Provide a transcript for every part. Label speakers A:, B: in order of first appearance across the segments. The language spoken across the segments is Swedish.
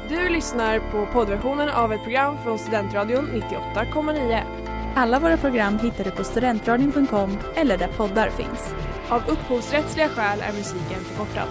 A: Du lyssnar på poddversionen av ett program från Studentradion 98,9.
B: Alla våra program hittar du på studentradion.com eller där poddar finns.
A: Av upphovsrättsliga skäl är musiken förkortad.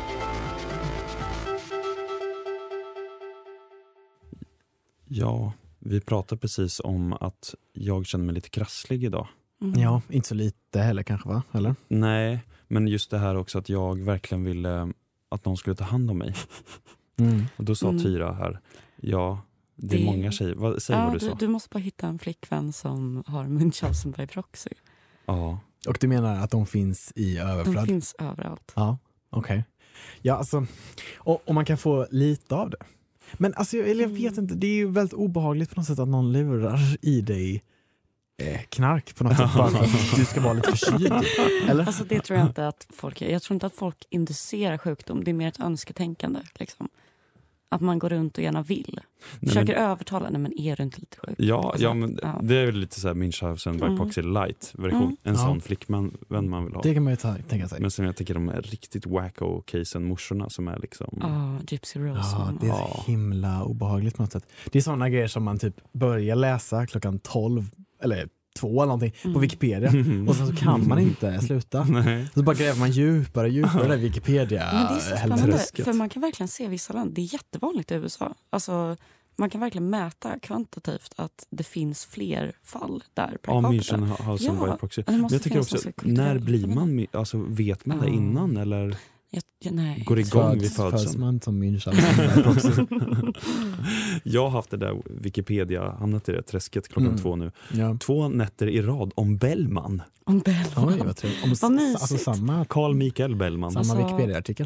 C: Ja, vi pratade precis om att jag känner mig lite krasslig idag.
D: Ja, inte så lite heller kanske, va? Eller?
C: Nej, men just det här också att jag verkligen ville att någon skulle ta hand om mig. Och då sa Tyra här, ja, det är många tjejer. Säg vad du sa.
E: Du måste bara hitta en flickvän som har Munchausen by proxy.
C: Ja.
D: Och du menar att de finns i överflöd?
E: De finns överallt.
D: Ja, okej. Ja, alltså, och man kan få lite av det. Men alltså, jag vet inte, det är ju väldigt obehagligt på något sätt att någon lurar i dig knark på något sätt bara för att du ska vara lite förkyld. Eller?
E: Alltså det tror jag inte att folk gör. Jag tror inte att folk inducerar sjukdom. Det är mer ett önsketänkande liksom. Att man går runt och gärna vill. Försöker övertala, nej men är du inte lite sjuk?
C: Ja,
E: alltså,
C: men det är väl lite så här Munchausen by proxy light version. En sån flickvän man vill ha.
D: Det kan man ju tänka sig.
C: Men sen jag tänker de är riktigt wacko-casen morsorna som är liksom...
E: Gypsy Rose.
D: Ja, det är så himla obehagligt på något sätt. Det är sådana grejer som man typ börjar läsa klockan 12 eller 2 eller någonting på Wikipedia och sen så kan man inte sluta. Så bara gräver man djupare där Wikipedia.
E: Men det är så spännande, för man kan verkligen se vissa land. Det är jättevanligt i USA. Alltså, man kan verkligen mäta kvantitativt att det finns fler fall där per capita.
C: Munchausen by proxy. Men jag tycker också, när blir man, alltså vet man det innan eller...
E: Nej.
C: Går igång vid födseln.
D: Man som Munchausen.
C: Jag har haft det där Wikipedia, hamnat i det träsket klockan 2 nu.
D: Ja.
C: 2 nätter i rad om Bellman.
E: Oj,
D: vad trevligt. Alltså samma
C: Carl Michael Bellman.
D: Samma Wikipedia-artikel.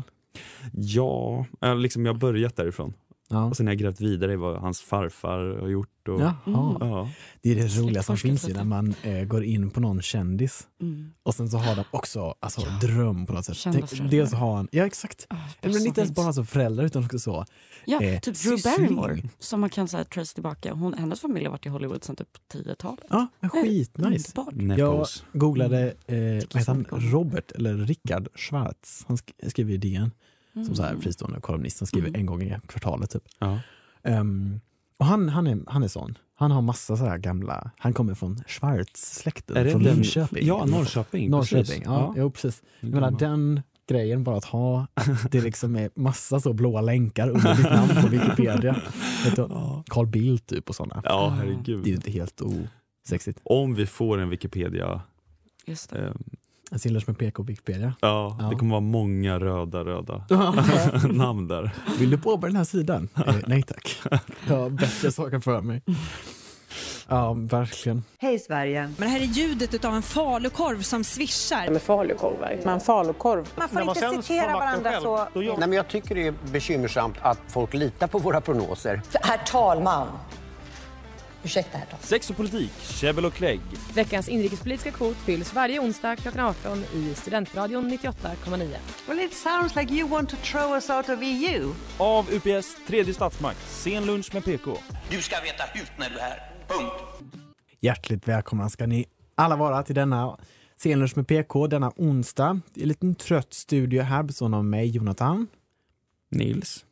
C: Ja, liksom jag har börjat därifrån. Ja. Och sen har jag grävt vidare i vad hans farfar har gjort. Och,
D: Det är det roliga som finns när man går in på någon kändis. Och sen så har de också dröm på något sätt. Dels har han, exakt. Men inte ens bara som föräldrar utan också så.
E: Ja, typ Drew Barrymore som man kan säga trace tillbaka. Hennes familj har varit i Hollywood sedan typ 10-talet.
D: Ja, skitnice. Jag googlade Robert eller Richard Schwartz. Han skriver i DN. Som så här fristående kolumnist som skriver en gång i kvartalet typ. Ja. Och han är sån. Han har massa så här gamla. Han kommer från Schwartz-släkten från Linköping.
C: Ja, Norrköping.
D: Ja, precis. Jag menar, den grejen bara att ha det liksom är massa så blåa länkar under ditt namn på Wikipedia. Carl Bildt typ och sådana.
C: Ja, herregud.
D: Det är ju inte helt osexigt.
C: Om vi får en Wikipedia.
E: Just det.
D: En Sillers med PK Wikipedia.
C: Ja, det kommer vara många röda namn där.
D: Vill du påbörja den här sidan? Nej tack. Jag har bättre saker för mig. Ja, verkligen.
F: Hej Sverige.
G: Men det här är ljudet av en falukorv som svischar.
F: Med falukorv.
H: Men falukorv.
F: Man får inte citera varandra så.
H: Nej, men jag tycker det är bekymmersamt att folk litar på våra prognoser.
F: Herr talman. Ursäkta, herr talman.
I: Sex och politik, käbbel och klägg.
A: Veckans inrikespolitiska kvot fylls varje onsdag klockan 18 i Studentradion 98,9.
F: Well, it sounds like you want to throw us out of EU.
I: Av UPS tredje statsmakt, sen lunch med PK.
J: Du ska veta hut när du är här. Punkt.
D: Hjärtligt välkomna ska ni alla vara till denna sen lunch med PK denna onsdag. Det är en liten trött studio här bestående av mig, Jonathan,
C: Nils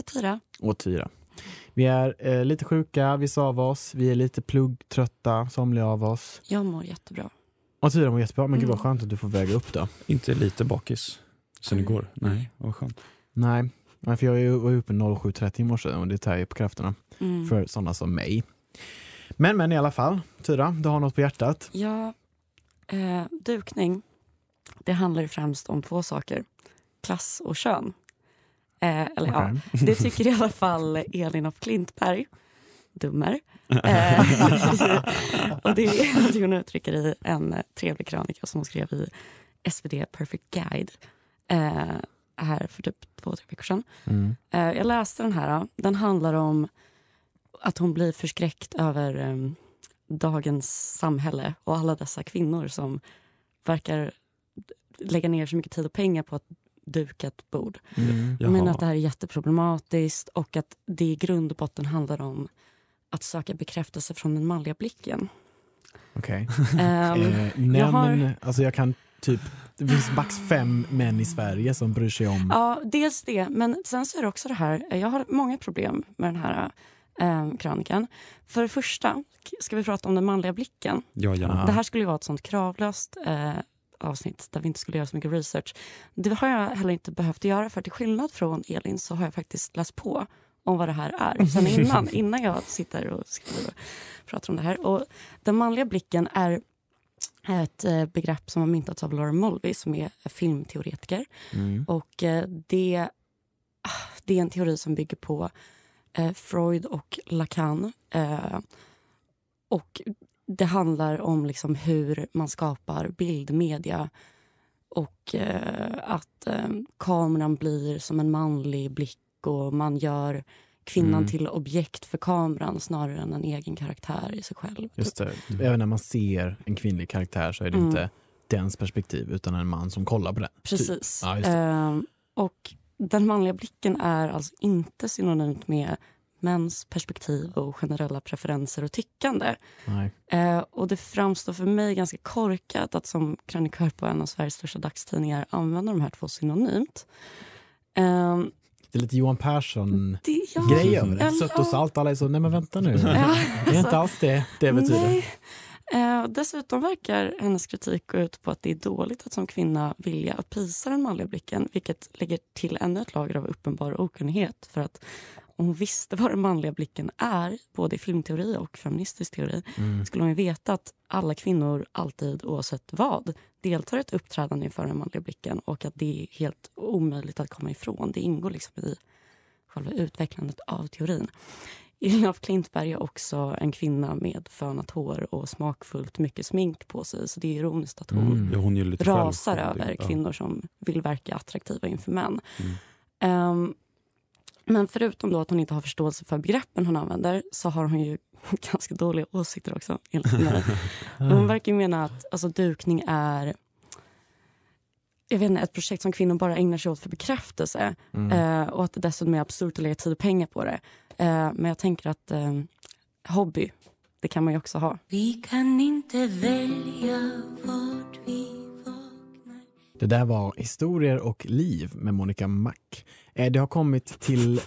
E: och
D: Tyra. Vi är lite sjuka, vissa av oss. Vi är lite pluggtrötta, somliga av oss.
E: Jag mår jättebra.
D: Och Tyra mår jättebra, men gud vad skönt att du får väga upp då.
C: Inte lite bakis sen igår. Nej, vad skönt.
D: Nej, för jag var uppe 07.30 i morse och det tar ju på krafterna för sådana som mig. Men i alla fall, Tyra, du har något på hjärtat.
E: Ja, dukning. Det handlar ju främst om 2 saker. Klass och kön. Det tycker i alla fall Elin af Klintberg. Dummer. Och det är hon uttrycker i en trevlig krönika som hon skrev i SvD Perfect Guide här för typ 2-3 veckor sedan. Jag läste den här. Den handlar om att hon blir förskräckt över dagens samhälle och alla dessa kvinnor som verkar lägga ner så mycket tid och pengar på att duka ett bord. Jag menar att det här är jätteproblematiskt och att det i grund och botten handlar om att söka bekräftelse från den manliga blicken.
D: Okej.
E: Jag
D: alltså jag kan typ det finns max 5 män i Sverige som bryr sig om.
E: Ja, dels det. Men sen så är det också det här. Jag har många problem med den här krönikan. För det första ska vi prata om den manliga blicken.
C: Ja, gärna.
E: Det här skulle ju vara ett sånt kravlöst avsnitt där vi inte skulle göra så mycket research. Det har jag heller inte behövt göra, för till skillnad från Elin så har jag faktiskt läst på om vad det här är. Sen innan jag sitter och skriver och pratar om det här. Och den manliga blicken är ett begrepp som har myntats av Laura Mulvey som är filmteoretiker. Och det är en teori som bygger på Freud och Lacan. Och det handlar om liksom hur man skapar bildmedia och att kameran blir som en manlig blick och man gör kvinnan till objekt för kameran snarare än en egen karaktär i sig själv.
D: Just det. Även när man ser en kvinnlig karaktär så är det inte dens perspektiv utan en man som kollar på den.
E: Precis.
D: Ja, just det.
E: Och den manliga blicken är alltså inte synonymt med mäns perspektiv och generella preferenser och tyckande.
D: Nej.
E: Och det framstår för mig ganska korkat att som krönikör på en av Sveriges största dagstidningar använda de här två synonymt.
D: Det är lite Johan Persson-grej över det. Sött och salt, alla är så, nej men vänta nu. Det är inte alls det betyder.
E: Dessutom verkar hennes kritik gå ut på att det är dåligt att som kvinna vilja uppisa den manliga blicken, vilket lägger till ännu ett lager av uppenbar okunnighet. För att om hon visste vad den manliga blicken är, både i filmteori och feministisk teori, skulle hon ju veta att alla kvinnor alltid, oavsett vad, deltar i ett uppträdande inför den manliga blicken och att det är helt omöjligt att komma ifrån. Det ingår liksom i själva utvecklandet av teorin. Elin af Klintberg är också en kvinna med fönat hår och smakfullt mycket smink på sig. Så det är ironiskt att hon
C: är lite
E: rasar över kvinnor som vill verka attraktiva inför män. Men förutom då att hon inte har förståelse för begreppen hon använder så har hon ju ganska dåliga åsikter också. Hon verkar ju mena att alltså, dukning är ett projekt som kvinnor bara ägnar sig åt för bekräftelse. Och att det dessutom är absurt att lägga tid och pengar på det. Men jag tänker att hobby, det kan man ju också ha.
K: Vi kan inte välja vart vi vaknar.
D: Det där var Historier och liv med Monica Mac. Det har kommit till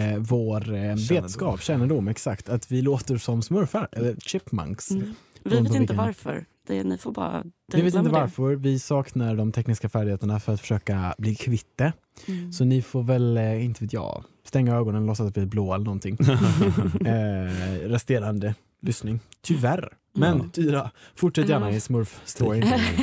D: vår kännedom exakt, att vi låter som smurfar, eller chipmunks.
E: Vi vet inte varför. Ni får bara...
D: Vi vet inte varför. Vi saknar de tekniska färdigheterna för att försöka bli kvitte. Så ni får väl, inte vet jag, stänga ögonen och låtsas att vi är blå eller någonting. Resterande lyssning. Tyvärr. Men Tyra, fortsätt gärna i Smurf-story.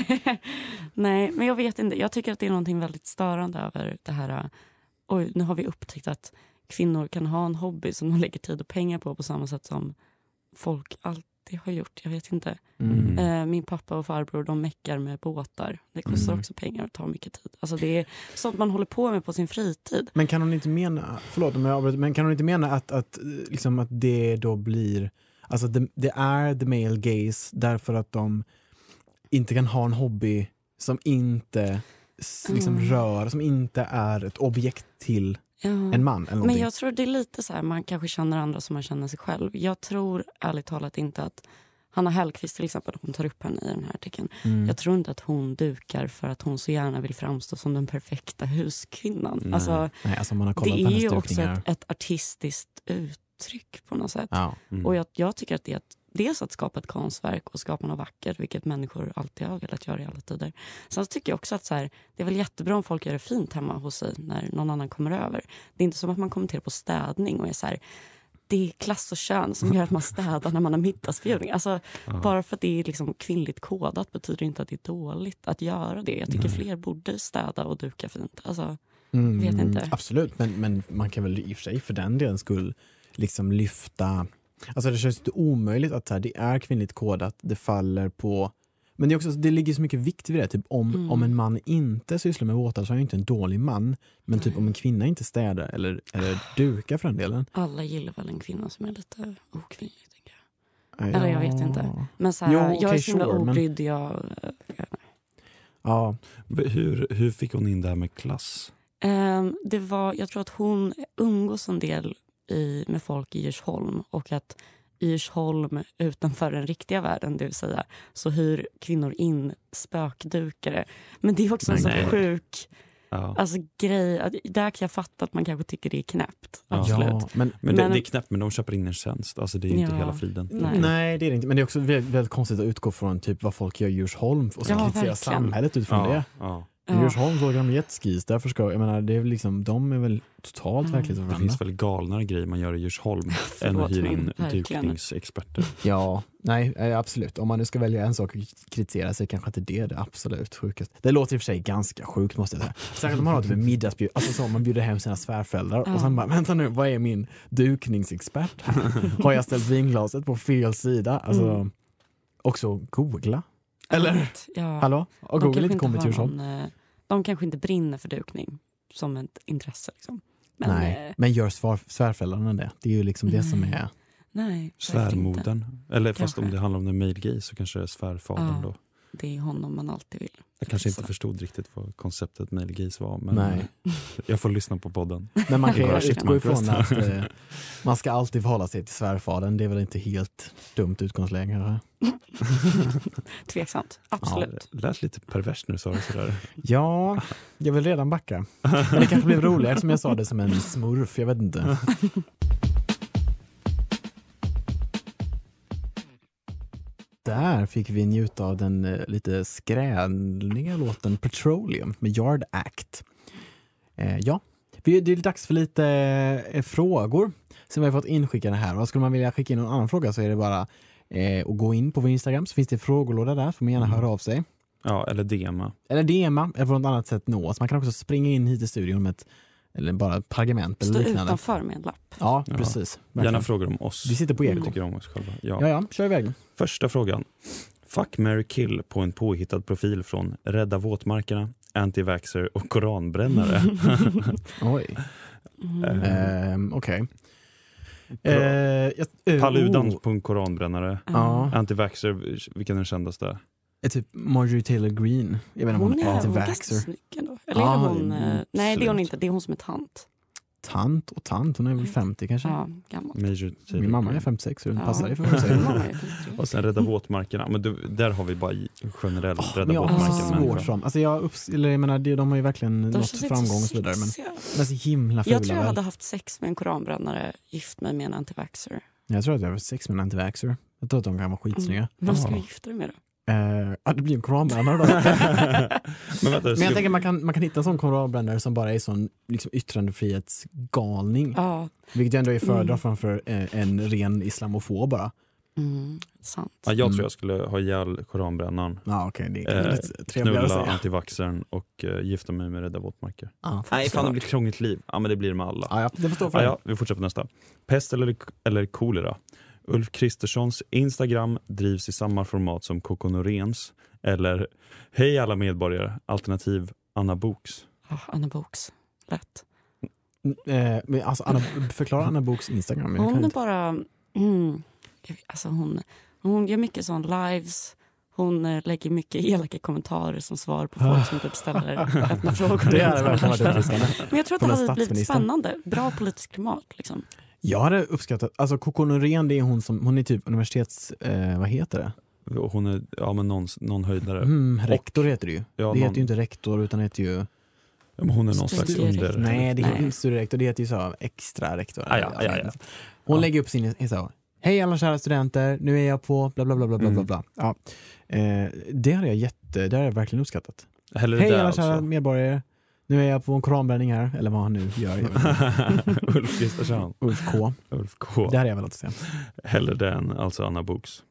E: Nej, men jag vet inte. Jag tycker att det är någonting väldigt störande över det här. Oj, nu har vi upptäckt att kvinnor kan ha en hobby som de lägger tid och pengar på samma sätt som folk alltid har gjort. Jag vet inte. Min pappa och farbror, de mäckar med båtar. Det kostar också pengar och tar mycket tid. Alltså det är sånt man håller på med på sin fritid.
D: Men kan hon inte mena, förlåt om jag avbryter, men kan hon inte mena att liksom att det då blir, alltså det är the male gaze därför att de inte kan ha en hobby som inte liksom rör, som inte är ett objekt till en man eller
E: men jag tror det är lite så här, man kanske känner andra som man känner sig själv. Jag tror ärligt talat inte att Hanna Hellquist till exempel, hon tar upp henne i den här artikeln. Jag tror inte att hon dukar för att hon så gärna vill framstå som den perfekta huskvinnan.
D: Nej. Alltså man har kollat
E: det
D: på
E: är ju
D: hennes
E: också ett artistiskt uttryck på något sätt.
D: Ja.
E: Och jag tycker att det är dels att skapa ett konstverk och skapa något vackert, vilket människor alltid har velat göra i alla tider. Sen tycker jag också att så här, det är väl jättebra om folk gör det fint hemma hos sig när någon annan kommer över. Det är inte som att man kommenterar på städning och är så här, det är klass och kön som gör att man städar när man har middagsbjudning. Alltså, bara för att det är liksom kvinnligt kodat betyder inte att det är dåligt att göra det. Jag tycker fler borde städa och duka fint. Alltså, vet inte.
D: Absolut, men man kan väl i och för sig för den delen skulle liksom lyfta. Alltså det känns inte omöjligt att så här, det är kvinnligt kodat, det faller på. Men det är också, det ligger så mycket vikt vid det. Typ om en man inte sysslar med båtar så är han inte en dålig man. Men typ om en kvinna inte städar eller dukar för den delen.
E: Alla gillar väl en kvinna som är lite okvinnlig, tänker jag. Eller jag vet inte. Men så här, jag är så himla obrydd.
D: Ja.
C: Hur fick hon in det här med klass?
E: Det var, jag tror att hon umgås en del med folk i Djursholm och att Djursholm utanför den riktiga världen, det vill säga så hyr kvinnor in spökdukare. Men det är också en så sjuk alltså, grej. Där kan jag fatta att man kanske tycker det är knäppt. Absolut.
C: Ja, men det är knäppt, men de köper in en tjänst. Alltså det är inte hela friden.
D: Nej, det är det inte. Men det är också väldigt konstigt att utgå från typ vad folk gör i Djursholm och så kritisera samhället utifrån det. Djursholm så åker de jetskis, därför ska jag menar, det är liksom, de är väl totalt verkligen.
C: Det finns väl galnare grejer man gör i Djursholm än att hyra in dukningsexperter.
D: Ja, nej, absolut. Om man nu ska välja en sak att kritisera sig, kanske inte det är det absolut sjukaste. Det låter i och för sig ganska sjukt, måste jag säga. Särskilt om man har typ en middagsbjud, alltså så man bjuder hem sina svärföräldrar och sen bara, vänta nu, vad är min dukningsexpert? Har jag ställt vinglaset på fel sida? Alltså, också googla. Eller? Hallå? Och Google inte kommit till Djursholm.
E: De kanske inte brinner för dukning som ett intresse. Liksom.
D: Men gör svärföräldrarna det? Det är ju liksom det som är...
E: Nej,
C: svärmodern. Eller fast om det handlar om en mailgrej så kanske det är svärfadern då.
E: Det är honom man alltid vill.
C: Jag kanske inte förstod riktigt vad konceptet mailgris var, men jag får lyssna på podden.
D: Men man kan utgå ifrån att man ska alltid förhålla sig till svärfadern. Det är väl inte helt dumt utgångsläge.
E: Tveksamt, absolut.
C: Ja, det lät lite perverst nu, sa du sådär.
D: Ja, jag vill redan backa. Men det kanske blev roligare som jag sa det som en smurf, jag vet inte. Där fick vi njuta av den lite skrälniga låten Petroleum med Yard Act. Det är dags för lite frågor som vi har fått inskickade här. Vad skulle man vilja skicka in någon annan fråga så är det bara att gå in på vår Instagram, så finns det frågelåda där, får man gärna höra av sig.
C: Ja, eller DMa.
D: Eller på något annat sätt nås. Man kan också springa in hit i studion med eller bara ett pergament eller liknande.
E: Stå utanför med en lapp.
D: Ja, precis.
C: Verkligen. Gärna frågor om oss.
D: Vi sitter på er.
C: Vi tycker om oss själva.
D: Ja, kör iväg.
C: Första frågan. Fuck, marry, kill på en påhittad profil från Rädda våtmarkerna, anti-vaxxer och koranbrännare.
D: Oj. Okej.
C: Paludan på en koranbrännare. Anti-vaxxer, vilken är den kändaste?
D: Typ Marjorie Taylor Greene. Jag vet inte om hon är anti-vaxxer.
E: Eller är hon... Nej, det är hon inte. Det är hon som är tant.
D: Tant, hon är väl 50 kanske.
E: Ja, gammal.
D: Min mamma är 56 så den passar det för mig att säga.
C: Och sen Rädda våtmarkerna. Men där har vi bara generell Rädda våtmarken.
D: Alltså jag menar, de har ju verkligen nått framgång och så vidare. Men så himla fula.
E: Jag tror jag hade haft sex med en koranbrännare, gift mig med en anti-vaxxer.
D: Jag tror att jag hade haft sex med en anti-vaxxer. Jag tror att de kan vara skitsnygga.
E: Vad ska du gifta dig med då?
D: Det blir en koranbrännare då. Men jag tänker man kan hitta en sån koranbrännare som bara är sån liksom yttrandefrihetsgalning. Vilket ändå är föredra framför en ren islamofob bara.
E: Sant.
C: Ja, jag tror jag skulle ha ihjäl koranbrännaren.
D: Okay, det är lite trevligare
C: knulla antivaxern och gifta mig med Rädda våtmarker. Nej, fan, det blir ett krångligt liv. Ja, men det blir det med alla.
D: Det förstår för
C: vi fortsätter på nästa. Pest eller kolera? Ulf Kristerssons Instagram drivs i samma format som Coco Noréns. Eller hej alla medborgare, alternativ Anna Boks.
E: Anna Boks, lätt.
D: Men alltså, förklara Anna Boks Instagram.
E: Hon är bara... alltså hon gör mycket sån lives. Hon lägger mycket elaka kommentarer som svar på folk som typ ställer öppna frågor.
D: Det är verkligen.
E: Men jag tror att det hade blivit spännande. Bra politisk klimat liksom.
D: Jag hade uppskattat, alltså Coco Norén, det är hon är typ universitets, vad heter det?
C: Hon är men någon höjdare.
D: Rektor heter det ju. Det heter ju inte rektor utan det heter ju...
C: Ja, men hon är någon slags under...
D: Nej, det heter inte studierektor, det heter ju så extra rektor.
C: Ja.
D: Hon lägger upp sin så. Hej alla kära studenter, nu är jag på bla bla bla bla bla bla. Ja. Det hade jag verkligen uppskattat. Hej alla kära medborgare. Nu är jag på en koranbränning här, eller vad han nu gör.
C: Ulf Kristersson.
D: Ulf K. Det här är jag väl att säga.
C: Hellre den, alltså Anna Boks.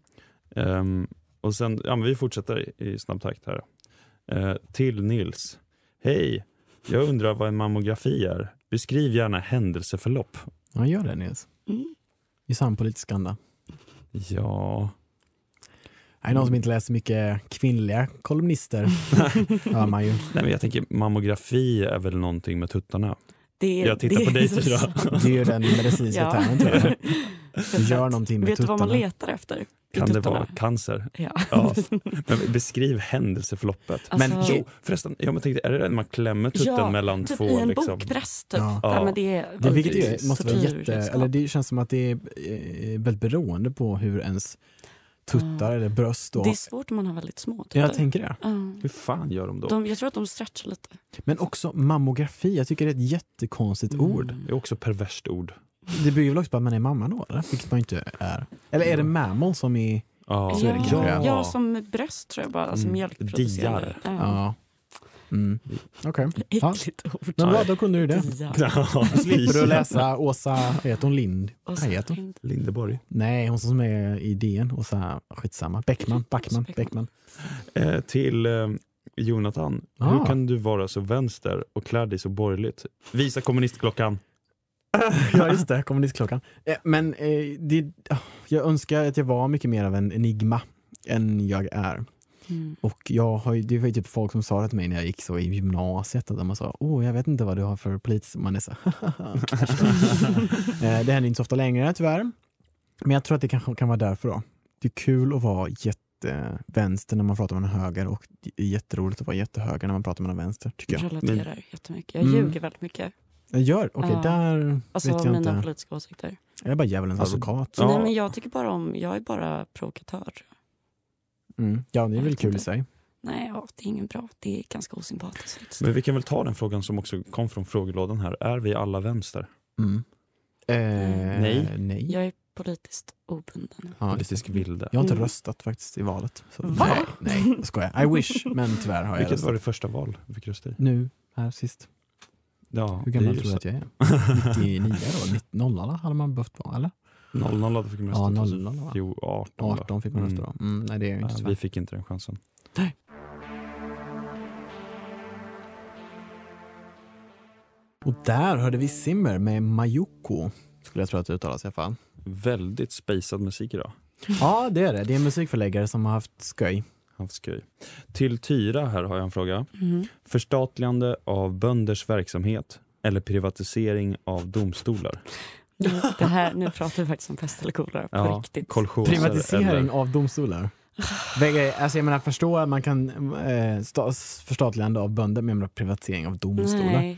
C: Och sen, men vi fortsätter i snabb takt här. Till Nils. Hej, jag undrar vad en mammografi är. Beskriv gärna händelseförlopp.
D: Ja, gör det Nils. I sann politisk anda.
C: Ja...
D: Det är någon som inte läser mycket kvinnliga kolumnister. Ja, man ju.
C: Nej, men jag tänker mammografi är väl någonting med tuttarna. Jag tittar på dig, Tyra.
D: Det är ju den medicinska termen, tror jag. Du gör någonting med
E: Vet
D: tuttarna.
E: du vad man letar efter?
C: Kan det vara cancer?
E: Ja.
C: Men beskriv händelseförloppet.
E: Alltså,
C: men förresten, jag tänkte, är det man klämmer tutten mellan
E: typ
C: två?
E: i en
C: liksom?
E: bokpress typ.
D: Ja.
E: Men
D: det måste vara eller det känns som att det är väldigt beroende på hur ens tuttar eller bröst. Och...
E: Det är svårt om man har väldigt små tuttar.
D: Jag tänker det.
C: Hur fan gör de då?
E: Jag tror att de stretchar lite.
D: Men också mammografi, jag tycker det är ett jättekonstigt ord.
C: Det är också perverst ord.
D: Det bygger väl också på att man är mamma då, eller? Vilket man inte är. Eller är det mammal som är... Så är det kanske.
E: Ja, som bröst tror jag bara. Alltså mjölkproducerande.
D: Ja. Okej.
E: Äckligt ord.
D: Men bra, då kunde du det. Slipper du läsa Åsa, heter hon
C: Lindeborg?
D: Nej, hon som är i DN. Åsa, skitsamma. Bäckman.
C: Till Jonathan. Hur kan du vara så vänster och klä dig så borgerligt? Visa kommunistklockan.
D: Ja, just det, kommunistklockan. Men jag önskar att jag var mycket mer av en enigma än jag är. Och det var ju typ folk som sa det till mig när jag gick så i gymnasiet, att de sa, jag vet inte vad du har för politisk, man är så det händer inte så ofta längre tyvärr, men jag tror att det kanske kan vara därför då. Det är kul att vara jättevänster när man pratar med en höger, och det är jätteroligt att vara jättehöger när man pratar med en vänster, tycker jag.
E: Jag relaterar jättemycket, jag ljuger väldigt mycket.
D: Jag gör, där
E: alltså
D: vet jag
E: mina
D: inte.
E: politiska åsikter.
D: Jag är bara djävulens advokat.
E: Nej, men jag är bara provokatör.
D: Ja, det är väl kul i sig.
E: Nej, det är ingen bra. Det är ganska osympatiskt.
C: Men vi kan väl ta den frågan som också kom från frågelådan här. Är vi alla vänster?
D: Nej.
E: Jag är politiskt obunden.
C: Politisk vilde.
D: Jag har inte röstat faktiskt i valet. Så nej, jag skojar. I wish, men tyvärr har jag
C: Vilket
D: röstat.
C: var det första val du fick rösta i?
D: Nu, här sist.
C: Ja,
D: hur gammal tror du att jag är? 99 då? 00 hade man behövt vara, eller?
C: 00 fick man rösta.
D: 00. 18 fick man rösta då. Nej, det är inte så.
C: Vi fick inte den chansen.
D: Nej. Och där hörde vi Simmer med Mayuko, skulle jag tro att det uttalas i alla fall.
C: Väldigt spacad musik idag.
D: Ja, det är det. Det är en musikförläggare som har haft skoj.
C: Till Tyra här har jag en fråga. Förstatligande av bönders verksamhet eller privatisering av domstolar?
E: Nu pratar vi faktiskt om pest eller kolera på riktigt.
D: Privatisering av domstolar. Alltså jag menar, förstå att man kan förstatligande av bönder, men privatisering av domstolar.
E: Nej,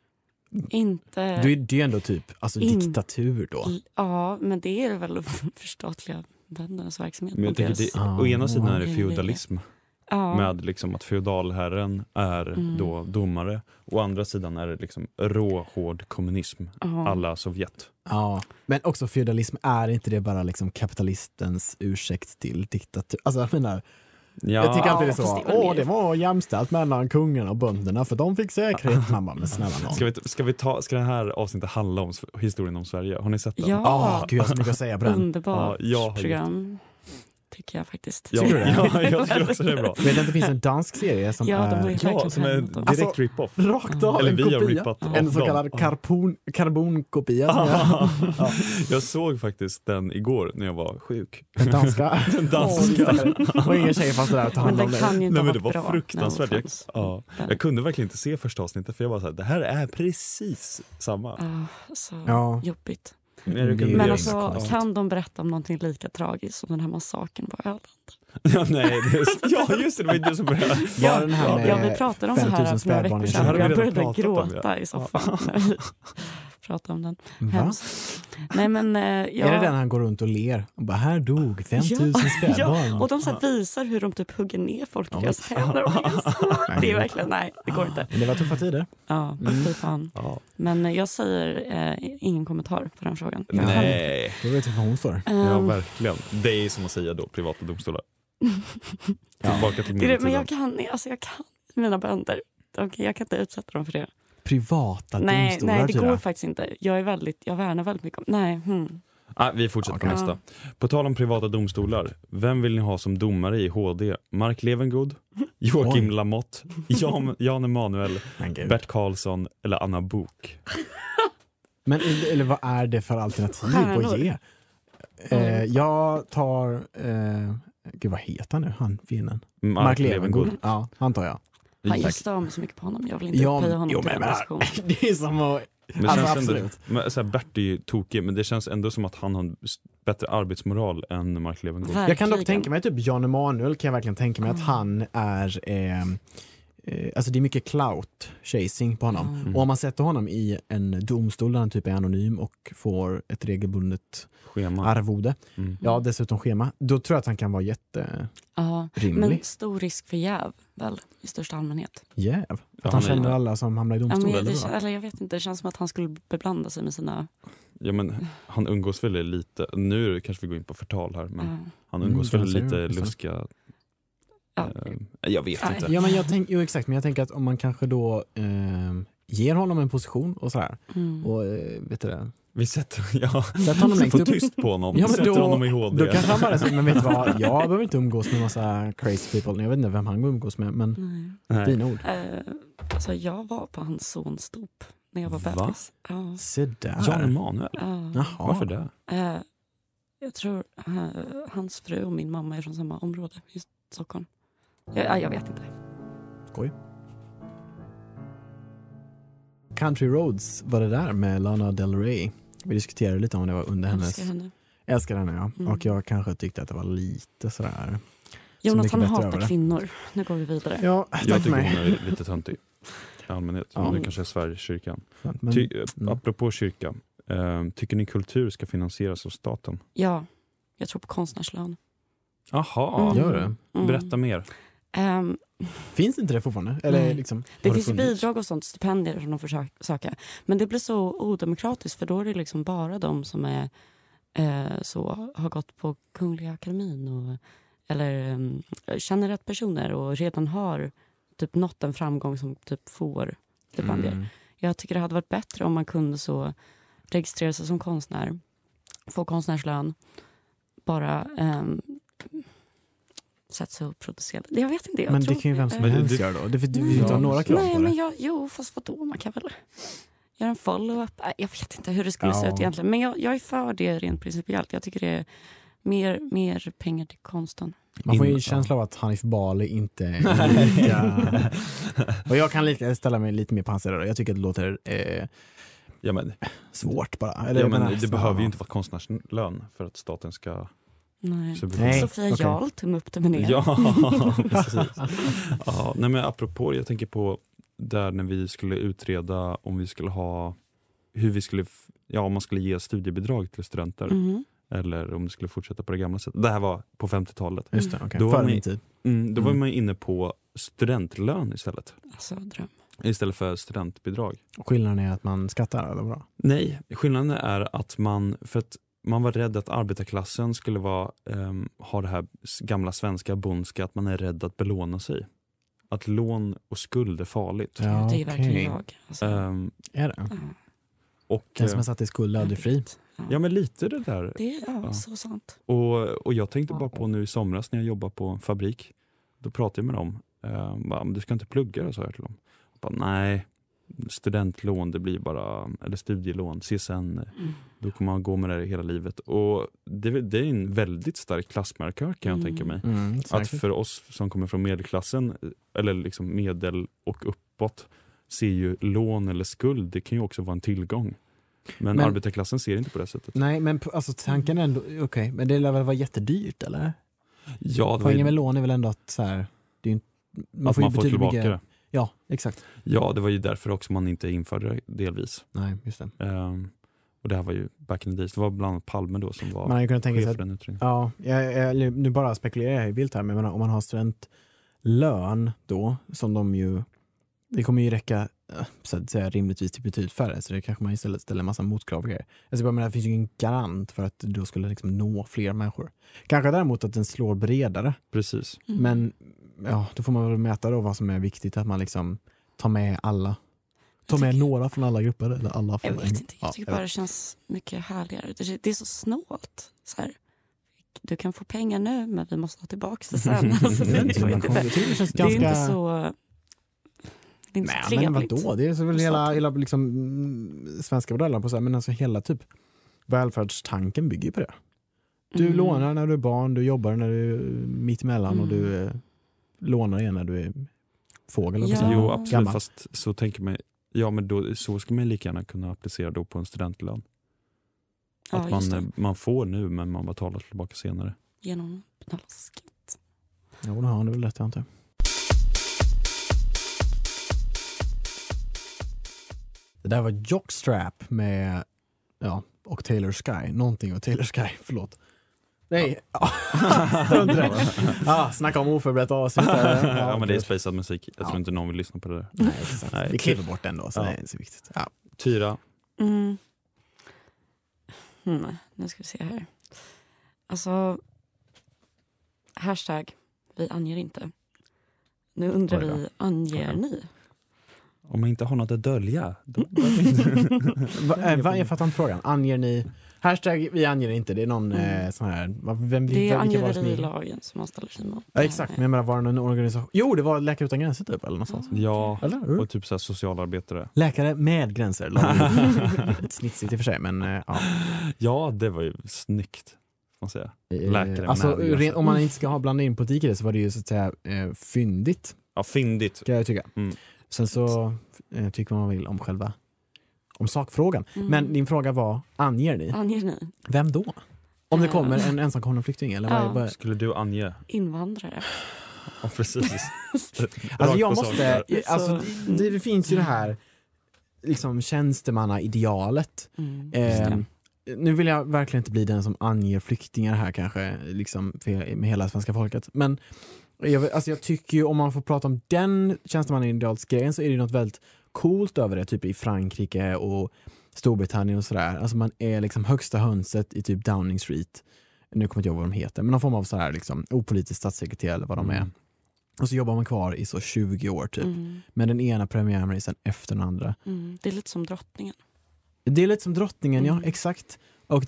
E: inte.
D: Det är ändå typ diktatur då.
E: Ja, men det är väl förstatliga böndernas verksamhet.
C: Men jag tänker å ena sidan är det feudalism. Med liksom att feudalherren är då domare. Å andra sidan är det liksom råhård kommunism. Alla Sovjet.
D: Ja, men också feudalism, är inte det bara liksom kapitalistens ursäkt till diktatur? Alltså jag menar, jag tycker alltid det är så. Det var jämställt mellan kungarna och bönderna, för de fick säkerhet. Mamma, men snälla någon.
C: Ska det här avsnittet handla om historien om Sverige? Har ni sett den?
E: Ja,
D: gud, jag har så mycket att säga på den.
E: Underbart program. Tycker jag faktiskt.
C: Ja, jag tycker också det är bra.
D: Vet att det finns en dansk serie som
C: som är direkt rip-off.
D: Rakt av,
C: eller
D: en
C: vi har
D: kopia.
C: rippat
D: En så kallad karbonkopia.
C: Jag såg faktiskt den igår när jag var sjuk.
D: Den danska. Och ingen tjej fast där att ta hand om det.
E: Nej,
C: men det var fruktansvärt. Jag kunde verkligen inte se första avsnittet, för jag var så här, det här är precis samma.
E: Så jobbigt. Men alltså, kan de berätta om någonting lika tragiskt som den här massakern på Öland?
C: Ja, nej, just det var inte som började.
E: Vi pratade om det här för några veckor sedan och jag började gråta i soffan när vi pratade om den. Nej, men,
D: är det den han går runt och ler och bara, här dog 5000 spädbarn?
E: Och de så visar hur de typ hugger ner folk i deras händer. Det är verkligen, nej, det går inte.
D: Men det var tuffa tider.
E: Ja, fan. Men jag säger ingen kommentar på den frågan.
C: Nej,
D: då vet jag vad hon står.
C: Ja, verkligen. Det är som att säga då privata domstolar. Tillbaka till
E: men jag kan mina bönder. Jag kan inte utsätta dem för det.
D: Privata domstolar?
E: Nej, det går faktiskt inte. Jag värnar väldigt mycket om. Nej.
C: Vi fortsätter på nästa. På tal om privata domstolar, vem vill ni ha som domare i HD? Mark Levengood, Joakim Lamotte, Jan Emanuel, Bert Karlsson eller Anna Bok?
D: Men eller vad är det för alternativ att ge? Jag tar gud, vad heter han nu? Han vinnen. Mark Levengood. Ja, han tar jag.
E: Jag stör mig så mycket på honom. Jag vill inte upphöja honom till en position.
D: Det är som att
C: Men det känns ändå, så här, Bert är ju tokig, men det känns ändå som att han har en bättre arbetsmoral än Mark Levengood.
D: Jag kan dock tänka mig typ Jan Emanuel, kan jag verkligen tänka mig att han är alltså det är mycket clout chasing på honom. Och om man sätter honom i en domstol där han typ är anonym och får ett regelbundet arvode, dessutom schema, då tror jag att han kan vara rimlig.
E: Men stor risk för jäv väl i största allmänhet.
D: Jäv? Att han känner alla som hamnar i domstol?
E: Eller jag vet inte, det känns som att han skulle beblanda sig med sina...
C: Ja, men han umgås väl lite, nu kanske vi går in på förtal här, men han umgås väl lite luska... jag vet inte.
D: Ja, men exakt, men jag tänker att om man kanske då ger honom en position och sådär, och vet du det?
C: Vi sätter
D: honom längst upp.
C: Tyst på honom.
D: Ja, men
C: sätter honom i HD.
D: Då kanske han bara säger, men vet du vad, jag behöver inte umgås med massa crazy people. Jag vet inte vem han går umgås med, men dina ord.
E: Alltså jag var på hans sons dop när jag var bebis.
D: Se där.
C: Jan Emanuel? Varför det?
E: Jag tror hans fru och min mamma är från samma område i Stockholm. Jag vet inte.
D: Skoj. Country Roads var det där med Lana Del Rey. Vi diskuterade lite om det var under hennes... Älskar henne, ja. Och jag kanske tyckte att det var lite sådär...
E: Jonathan hatar kvinnor. Nu går vi vidare.
D: Ja,
C: jag tycker hon är lite töntig i allmänhet. Men det kanske är Sverigekyrkan. Apropå kyrka. Tycker ni kultur ska finansieras av staten?
E: Ja, jag tror på konstnärslön.
C: Jaha,
D: gör det?
C: Berätta mer.
D: Finns inte det fortfarande? Eller liksom,
E: det finns bidrag och sånt, stipendier som de får söka. Men det blir så odemokratiskt, för då är det liksom bara de som är så har gått på Kungliga Akademin eller känner rätt personer och redan har typ nått en framgång som typ får stipendier. Jag tycker det hade varit bättre om man kunde så registrera sig som konstnär, få konstnärslön, bara sätt sig och producera. Jag vet inte.
D: Men det kan ju vem som helst göra då. Du vill inte ha några krav på det.
E: Men fast vadå? Man kan väl göra en follow-up. Jag vet inte hur det skulle se ut egentligen. Men jag är för det rent principiellt. Jag tycker det är mer pengar till konsten.
D: Man får ju känsla av att Hanif Bali inte är lika... Och jag kan ställa mig lite mer på hans sida. Jag tycker att det låter svårt bara. Eller,
C: det behöver ju inte vara konstnärslön för att staten ska...
E: Nej. Sofia Jarl tog upp det med ner.
C: Ja, precis. Men apropå, jag tänker på där när vi skulle utreda om vi skulle ha om man skulle ge studiebidrag till studenter eller om det skulle fortsätta på det gamla sättet. Det här var på 50-talet.
D: Just det, okay. Före min tid.
C: Då var man inne på studentlön istället.
E: Alltså, dröm.
C: Istället för studentbidrag.
D: Och skillnaden är att man skattar, eller vad?
C: Nej, skillnaden är att man var rädd att arbetarklassen skulle ha det här gamla svenska bondska, att man är rädd att belåna sig. Att lån och skuld är farligt.
E: Ja, det är verkligen jag. Alltså.
D: Är det? Och den som är satt i skuld är aldrig fri.
C: Ja, men lite det där.
E: Det är så sant.
C: Och jag tänkte bara på nu i somras när jag jobbade på en fabrik. Då pratade jag med dem. Du ska inte plugga det, sa jag till dem. Bara, nej, studentlån, det blir bara, eller studielån, CSN, då kommer man gå med det hela livet. Och det är en väldigt stark klassmarkör, kan jag tänka mig. Att för oss som kommer från medelklassen, eller liksom medel och uppåt, ser ju lån eller skuld, det kan ju också vara en tillgång. Men arbetarklassen ser inte på det sättet. Nej, men
D: alltså tanken är ändå, okej, men det lär väl vara jättedyrt, eller?
C: Ja,
D: poängen med lån är väl ändå att så här, det är
C: man får tillbaka mycket, det.
D: Ja, exakt.
C: Ja, det var ju därför också man inte införde det delvis.
D: Nej, just det.
C: Och det här var ju back in the days. Det var bland annat Palme då som var
D: man hade kunnat tänka sig
C: den utredningen.
D: Ja, jag nu bara spekulerar jag i vilt här, men om man har studentlön då, som de ju, det kommer ju räcka så att säga rimligtvis till betydligt färre, så det kanske man istället ställer en massa motkrav på. Alltså, men det finns ju ingen garant för att du skulle liksom nå fler människor. Kanske däremot att den slår bredare.
C: Precis.
D: Men då får man väl mäta då vad som är viktigt, att man liksom tar med alla. Med några från alla grupper eller alla från
E: jag vet inte, jag tycker bara det känns mycket härligare. Det är så snålt. Så här, du kan få pengar nu, men vi måste ha tillbaka det sen. Alltså, det är inte så... Det är inte så trevligt.
D: Men vadå? Det är så väl hela liksom, svenska modeller på så här, men alltså hela typ välfärdstanken bygger ju på det. Du lånar när du är barn, du jobbar när du är mitt emellan och du lånar igen när du är fågel.
C: Jo, absolut. Gammal. Fast så tänker man, Ja, men då, så ska man lika gärna kunna applicera då på en studentlön. Att man får nu, men man betalar tillbaka senare.
E: Genom betala skatt.
D: Jo, det har du väl rätt, jag inte. Det där var Jockstrap med och Taylor Sky. Någonting av Taylor Sky, förlåt. Nej, snacka om oförberett avsnitt.
C: Ja, men det är spacad musik. Jag tror inte någon vill lyssna på det där.
D: Nej, exakt. Vi klipper bort den då, så det är inte så viktigt. Ja.
C: Tyra.
E: Nu ska vi se här. Alltså, hashtag, vi anger inte. Nu undrar vi, anger ni?
C: Om man inte har något att dölja.
D: Jag fattar inte frågan. Anger ni? Hashtag, vi anger inte. Det är någon sån här...
E: Det är angiverilagen som man ställer sig mot.
D: Ja, exakt. Men jag menar, var det en organisation? Jo, det var Läkare utan gränser typ, eller något sånt.
C: Ja, eller? Och typ så här socialarbetare.
D: Läkare med gränser. Ett snitsigt i och för sig, men ja.
C: Ja, det var ju snyggt. Man säga. Läkare
D: alltså, om man inte ska ha blanda in politik i det, så var det ju så att säga fyndigt.
C: Ja, fyndigt.
D: Kan jag tycka. Sen så tycker man vill om sakfrågan. Men din fråga var, anger ni?
E: Anger ni?
D: Vem då? Om det kommer en ensamkommande flykting? Eller vad?
C: Skulle du ange?
E: Invandrare.
C: Ja, precis.
D: Alltså jag måste... Alltså, det finns ju det här liksom tjänstemanna-idealet. Nu vill jag verkligen inte bli den som anger flyktingar här kanske liksom med hela svenska folket. Men jag tycker ju, om man får prata om den tjänstemanna-idealsgrejen, så är det något väldigt coolt över det, typ i Frankrike och Storbritannien och sådär. Alltså man är liksom högsta hönset i typ Downing Street. Nu kommer jag inte ihåg vad de heter, men någon form av sådär liksom opolitisk statssekreterare eller vad de är. Och så jobbar man kvar i så 20 år typ. Med den ena premiärministern efter den andra.
E: Det är lite som drottningen.
D: Det är lite som drottningen, ja, exakt. Och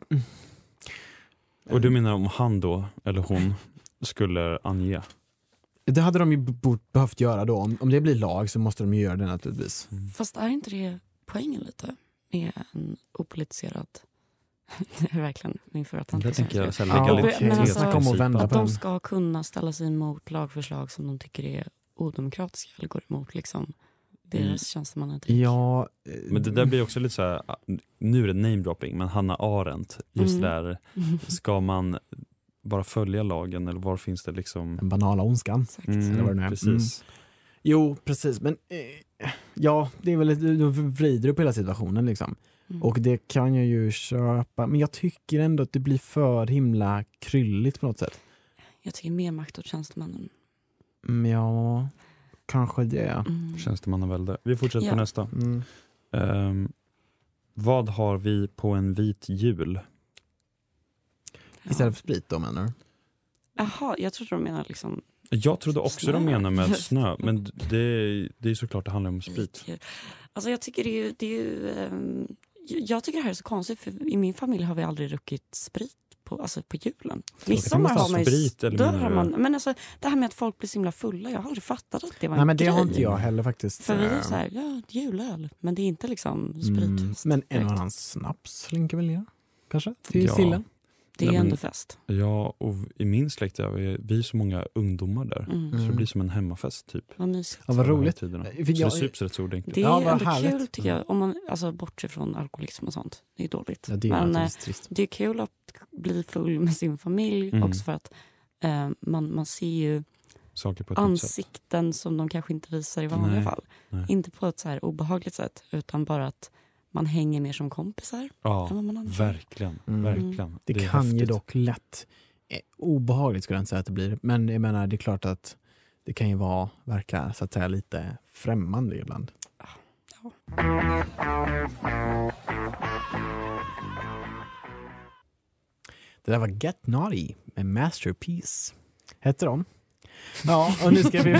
C: och du menar om han då, eller hon, skulle ange?
D: Det hade de ju behövt göra då. Om det blir lag så måste de ju göra det naturligtvis.
E: Fast är inte det poängen lite med en opolitiserad... Det är verkligen min förra tanke.
C: Det tänker jag.
E: Att de ska kunna ställa sig emot lagförslag som de tycker är odemokratiska eller går emot liksom deras tjänstemannaetik.
D: Ja,
C: men det där blir också lite så här, nu är det namedropping, men Hanna Arendt, just där, ska man bara följa lagen eller var finns det liksom...
D: Den banala ondskan. Eller vad det är.
C: Precis.
D: Jo, precis. Men ja, det är väl du vrider upp hela situationen liksom. Och det kan jag ju köpa. Men jag tycker ändå att det blir för himla krylligt på något sätt.
E: Jag tycker mer makt åt tjänstemannen.
D: Ja, kanske det.
C: Tjänstemannavälde. Vi fortsätter på nästa. Vad har vi på en vit jul?
D: Istället för sprit då, menar du?
E: Jaha, jag trodde de menar liksom...
C: Jag trodde också snö. De menar med snö. Men det är såklart det handlar om sprit.
E: Alltså jag tycker jag tycker det här är så konstigt, för i min familj har vi aldrig druckit sprit på julen. Midsommar har man ju
C: sprit, eller
E: men alltså det här med att folk blir så himla fulla, jag har aldrig fattat att det var en
D: Nej, men det
E: grej.
D: har inte jag heller faktiskt.
E: För vi är så här, julöl, men det är inte liksom sprit.
D: Men en och annan snaps slinker väl ner? Kanske? Till sillen?
E: Det är ändå fest.
C: Ja, och i min släkt vi är så många ungdomar där. Så det blir som en hemmafest typ.
E: Vad mysigt.
D: Ja, vad roligt.
C: Så det sups rätt så ordentligt.
E: Det är ändå kul tycker jag, om man bortser från alkoholism och sånt. Det är dåligt.
D: Ja, det är men
E: det är kul att bli full med sin familj också för att man ser ju
C: saker på ett
E: ansikten som de kanske inte visar i vanliga fall. Nej. Inte på ett så här obehagligt sätt, utan bara att man hänger mer som kompisar.
C: Ja, verkligen. Verkligen.
D: Det kan häftigt. Ju dock lätt obehagligt skulle jag inte säga att det blir. Men jag menar, det är klart att det kan ju verka så att säga lite främmande ibland.
E: Ja.
D: Det där var Get Naughty med Masterpiece. Hette de? Ja, och nu ska vi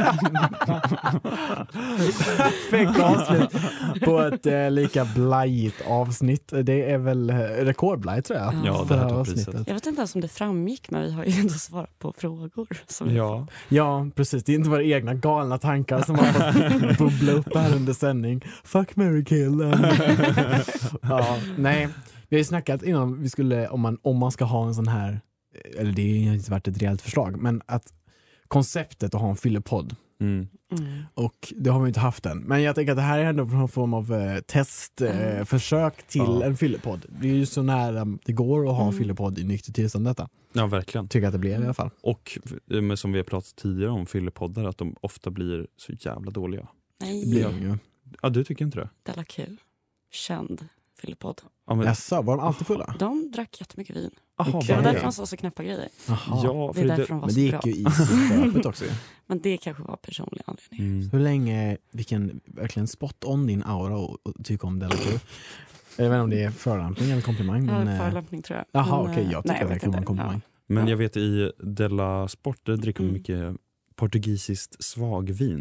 D: perfekt avslut på ett lika blajigt avsnitt. Det är väl rekordblajt tror jag.
C: Ja, det här avsnittet.
E: Jag vet inte ens om det framgick, men vi har ju ändå svarat på frågor.
D: Ja, precis. Det är inte våra egna galna tankar som har fått bubbla upp här under sändning. Fuck, marry, kill. Ja, nej. Vi har ju snackat innan vi skulle, om man ska ha en sån här, eller det är ju inte varit ett reellt förslag, men att konceptet att ha en fyllepodd Och det har vi inte haft än. Men jag tänker att det här är ändå någon form av testförsök till en fyllepodd. Det är ju så nära det går att ha fyllepodd i nykter tillstånd detta.
C: Ja, verkligen.
D: Tycker att det blir i alla fall.
C: Och som vi har pratat tidigare om fyllepoddar, att de ofta blir så jävla dåliga.
E: Nej.
D: Det blir de ju.
C: Ja, du tycker inte det?
E: Det var kul. Känd fyllepodd.
C: Ja, men...
D: Jaså, var de alltid fulla?
E: De drack jättemycket vin.
C: Aha,
E: det var därför de sa så knäppa grejer.
C: Ja,
E: det är därför de var
D: men
E: så
D: det
E: bra.
D: gick ju i stöpet också.
E: Men det kanske var personlig anledning.
D: Hur länge, vilken verkligen spot on din aura och tycka om det eller kul? Jag vet inte om det är förolämpning eller komplimang. Men...
E: förolämpning tror jag.
D: Jaha, okej, jag tycker det kan vara en komplimang.
C: Ja. Men jag vet i Della Sport dricker mycket portugisiskt svagvin.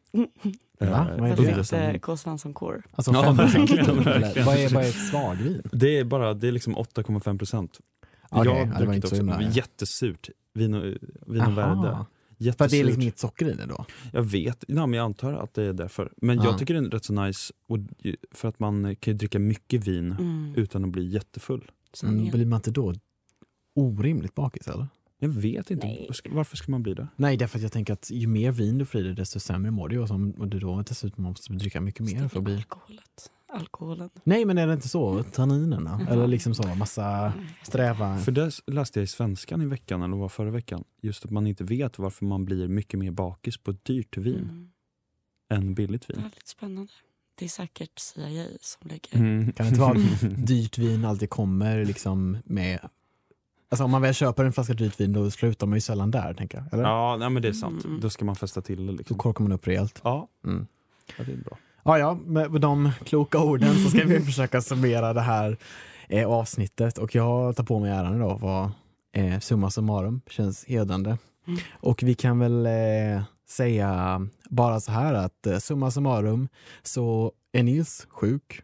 D: Va? Vad är det?
E: Det K. Svensson-kår.
D: Alltså
C: ja, verkligen.
D: Vad är ett svagvin?
C: Det är liksom 8,5%.
D: Okay,
C: jag druckit också. Det är jättesurt. Vin och värde.
D: För att det är liksom inget socker i det då?
C: Jag vet. Ja, men jag antar att det är därför. Men jag tycker det är rätt så nice. För att man kan ju dricka mycket vin utan att bli jättefull.
D: Blir man inte då orimligt bakis eller?
C: Jag vet inte. Nej. Varför ska man bli det?
D: Nej, därför att jag tänker att ju mer vin du får i dig, desto sämre mår du. Och du då dessutom måste dricka mycket mer för att bli...
E: Alkoholen.
D: Nej, men är det inte så? Tanninerna? Eller liksom så, massa sträva...
C: För det läste jag i Svenskan i veckan, eller var förra veckan. Just att man inte vet varför man blir mycket mer bakis på ett dyrt vin än billigt vin.
E: Väldigt spännande. Det är säkert CIA som lägger...
D: Kan det inte vara dyrt vin alltid kommer liksom med... Alltså om man väl köper en flaska dyrt vin, då slutar man ju sällan där, tänker jag. Eller?
C: Ja, nej, men det är sant. Då ska man fästa till det. Liksom.
D: Då korkar man upp rejält.
C: Ja, ja det är bra.
D: Ja, med de kloka orden så ska vi försöka summera det här avsnittet. Och jag tar på mig äran idag vad summa summarum känns hedrande. Och vi kan väl säga bara så här att summa summarum så är Nils sjuk.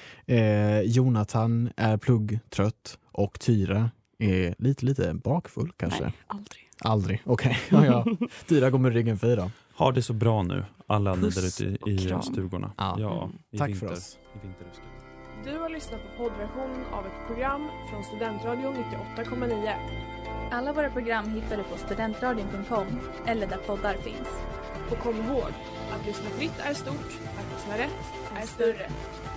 D: Jonathan är pluggtrött och Tyra är lite bakfull kanske.
E: Nej,
D: aldrig. Okej. Ja. Tyra går med ryggen fri då.
C: Ha det så bra nu, alla ni där ute i stugorna.
D: Ja. Tack för oss.
L: Du har lyssnat på poddversion av ett program från Studentradion 98,9.
B: Alla våra program hittar du på studentradion.com eller där poddar finns.
L: Och kom ihåg, att lyssna fritt är stort, att lyssna rätt är större.